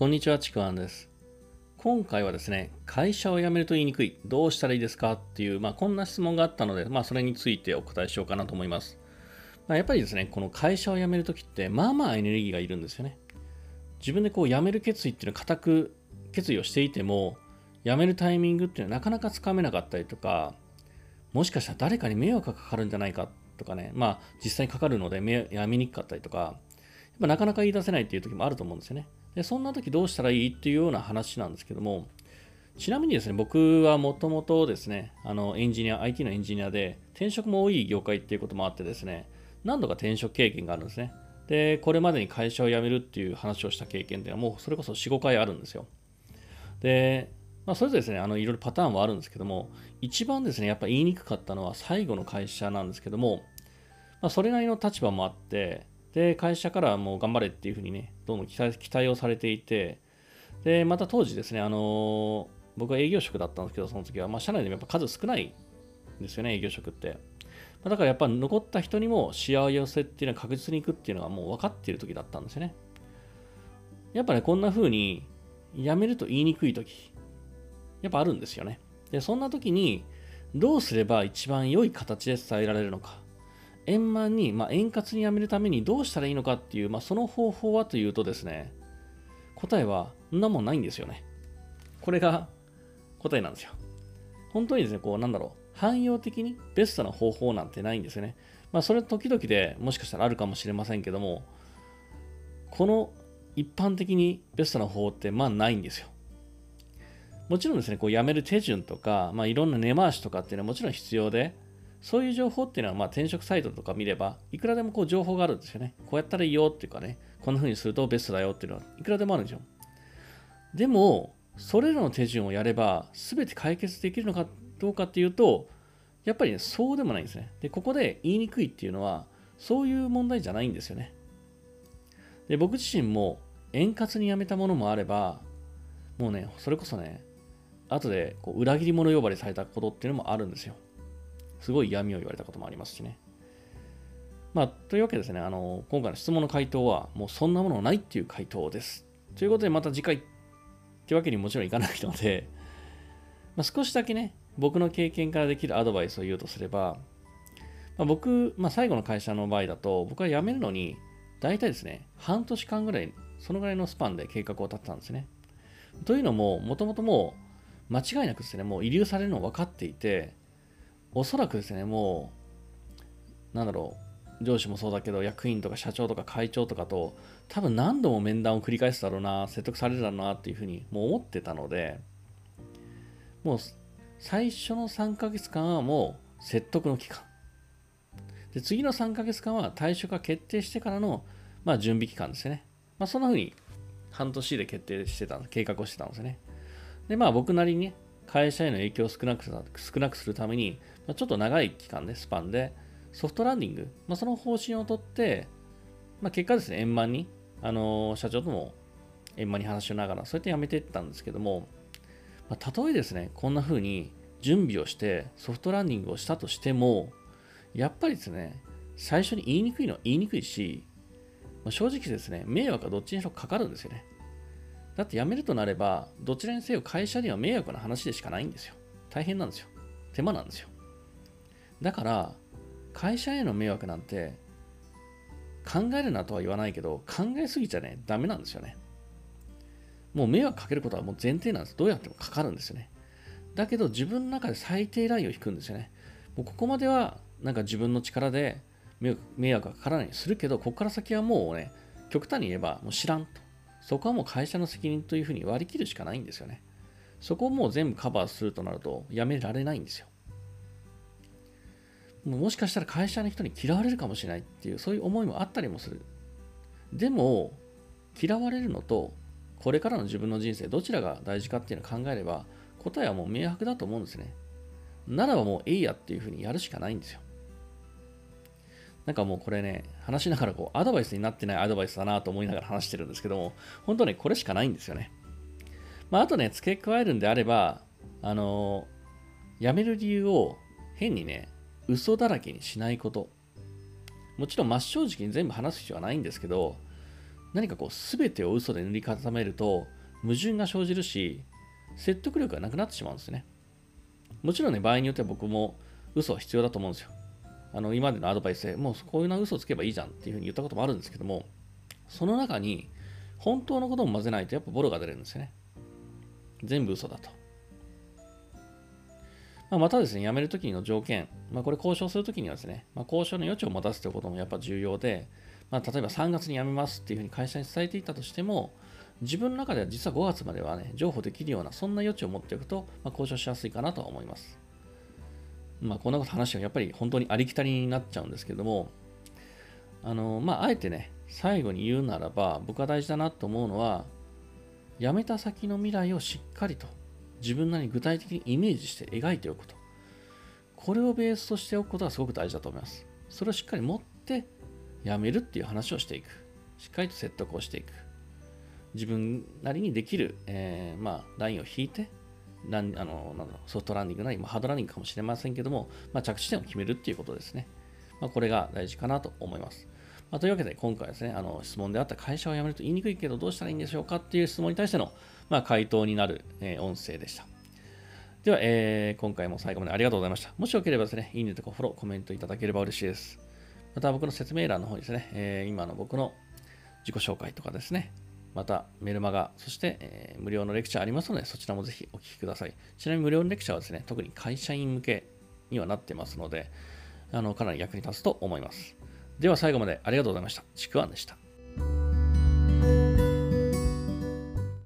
こんにちは、ちくわんです。今回はですね、会社を辞めると言いにくい、どうしたらいいですかっていう、こんな質問があったので、それについてお答えしようかなと思います。やっぱりですね、この会社を辞めるときって、まあまあエネルギーがいるんですよね。自分でこう辞める決意っていうのを固く決意をしていても、辞めるタイミングっていうのはなかなかつかめなかったりとか、もしかしたら誰かに迷惑がかかるんじゃないかとかね、実際にかかるので辞めにくかったりとか、やっぱなかなか言い出せないっていう時もあると思うんですよね。で、そんな時どうしたらいいっていうような話なんですけども、ちなみにですね、僕はもともとですね、エンジニア、IT のエンジニアで、転職も多い業界っていうこともあってですね、何度か転職経験があるんですね。で、これまでに会社を辞めるっていう話をした経験っていうのはもうそれこそ4、5回あるんですよ。で、それぞれですね、いろいろパターンはあるんですけども、一番ですね、やっぱ言いにくかったのは最後の会社なんですけども、それなりの立場もあって、で、会社からもう頑張れっていうふうにね、どんどん期待をされていて、で、また当時ですね、僕は営業職だったんですけど、その時は、社内でもやっぱ数少ないんですよね、営業職って。だからやっぱ残った人にも幸せっていうのは確実にいくっていうのがもう分かっている時だったんですよね。やっぱね、こんな風に辞めると言いにくい時、やっぱあるんですよね。で、そんな時にどうすれば一番良い形で伝えられるのか。円満に、円滑に辞めるためにどうしたらいいのかっていう、その方法はというとですね、答えはそんなもんないんですよね。これが答えなんですよ。本当にですね、汎用的にベストな方法なんてないんですよね。それ時々でもしかしたらあるかもしれませんけども、この一般的にベストな方法ってないんですよ。もちろんですね、こう辞める手順とか、いろんな根回しとかっていうのはもちろん必要で、そういう情報っていうのは転職サイトとか見れば、いくらでもこう情報があるんですよね。こうやったらいいよっていうかね、こんな風にするとベストだよっていうのはいくらでもあるんですよ。でも、それらの手順をやれば、全て解決できるのかどうかっていうと、やっぱりね、そうでもないんですね。で、ここで言いにくいっていうのは、そういう問題じゃないんですよね。で、僕自身も円滑に辞めたものもあれば、もうね、それこそね、後でこう裏切り者呼ばれされたことっていうのもあるんですよ。すごい嫌味を言われたこともありますしね。というわけでですね、今回の質問の回答は、もうそんなものないっていう回答です。ということで、また次回っていうわけにもちろんいかないので、少しだけね、僕の経験からできるアドバイスを言うとすれば、僕、最後の会社の場合だと、僕は辞めるのに、大体ですね、半年間ぐらい、そのぐらいのスパンで計画を立てたんですね。というのも、もともともう、間違いなくですね、もう遺留されるの分かっていて、おそらくですね、もう、上司もそうだけど、役員とか社長とか会長とかと、多分何度も面談を繰り返すだろうな、説得されるだろうなっていうふうにもう思ってたので、もう最初の3ヶ月間はもう説得の期間。で、次の3ヶ月間は退職が決定してからの、準備期間ですよね。そんな風に半年で決定してた、計画をしてたんですよね。で、僕なりにね、会社への影響を少なくするために、ちょっと長い期間で、スパンで、ソフトランディング、その方針をとって、結果ですね、円満に、社長とも円満に話しながら、そうやってやめていったんですけども、たとえですね、こんな風に準備をしてソフトランディングをしたとしても、やっぱりですね、最初に言いにくいのは言いにくいし、正直ですね、迷惑はどっちにしろかかるんですよね。だって辞めるとなれば、どちらにせよ会社には迷惑な話でしかないんですよ。大変なんですよ。手間なんですよ。だから、会社への迷惑なんて、考えるなとは言わないけど、考えすぎちゃね、ダメなんですよね。もう迷惑かけることはもう前提なんです。どうやってもかかるんですよね。だけど自分の中で最低ラインを引くんですよね。もうここまでは自分の力で迷惑がかからないようにするけど、ここから先はもうね、極端に言えばもう知らんと。そこはもう会社の責任というふうに割り切るしかないんですよね。そこをもう全部カバーするとなるとやめられないんですよ。もしかしたら会社の人に嫌われるかもしれないっていう、そういう思いもあったりもする。でも、嫌われるのと、これからの自分の人生、どちらが大事かっていうのを考えれば、答えはもう明白だと思うんですね。ならばもうえいやっていうふうにやるしかないんですよ。もうこれね、話しながらアドバイスになってないアドバイスだなと思いながら話してるんですけども、本当ね、これしかないんですよね。あとね、付け加えるんであれば、辞める理由を変にね、嘘だらけにしないこと。もちろん真っ正直に全部話す必要はないんですけど、 何かこう全てを嘘で塗り固めると矛盾が生じるし、説得力がなくなってしまうんですね。もちろんね、場合によっては僕も嘘は必要だと思うんですよ。今までのアドバイスでもうこういうのは嘘をつけばいいじゃんっていうふうに言ったこともあるんですけども、その中に本当のことも混ぜないとやっぱボロが出るんですよね。全部嘘だと。またですね、辞めるときの条件、これ交渉するときにはですね、交渉の余地を持たすということもやっぱ重要で、例えば3月に辞めますっていうふうに会社に伝えていたとしても、自分の中では実は5月まではね、譲歩できるような、そんな余地を持っておくと、交渉しやすいかなとは思います。こんなこと話してもやっぱり本当にありきたりになっちゃうんですけども、あえてね、最後に言うならば、僕が大事だなと思うのは、辞めた先の未来をしっかりと自分なりに具体的にイメージして描いておくこと。これをベースとしておくことがすごく大事だと思います。それをしっかり持って辞めるっていう話をしていく。しっかりと説得をしていく。自分なりにできる、ラインを引いて、ソフトランディングなり、ハードランディングかもしれませんけども、着地点を決めるっていうことですね。これが大事かなと思います。というわけで今回はですね、質問であった会社を辞めると言いにくいけどどうしたらいいんでしょうかっていう質問に対しての、回答になる、音声でした。では、今回も最後までありがとうございました。もしよければですね、いいねとかフォロー、コメントいただければ嬉しいです。また僕の説明欄の方にですね、今の僕の自己紹介とかですね、またメルマガ、そして、無料のレクチャーありますので、そちらもぜひお聞きください。ちなみに無料のレクチャーはですね、特に会社員向けにはなってますので、かなり役に立つと思います。では最後までありがとうございました。ちくわんでした。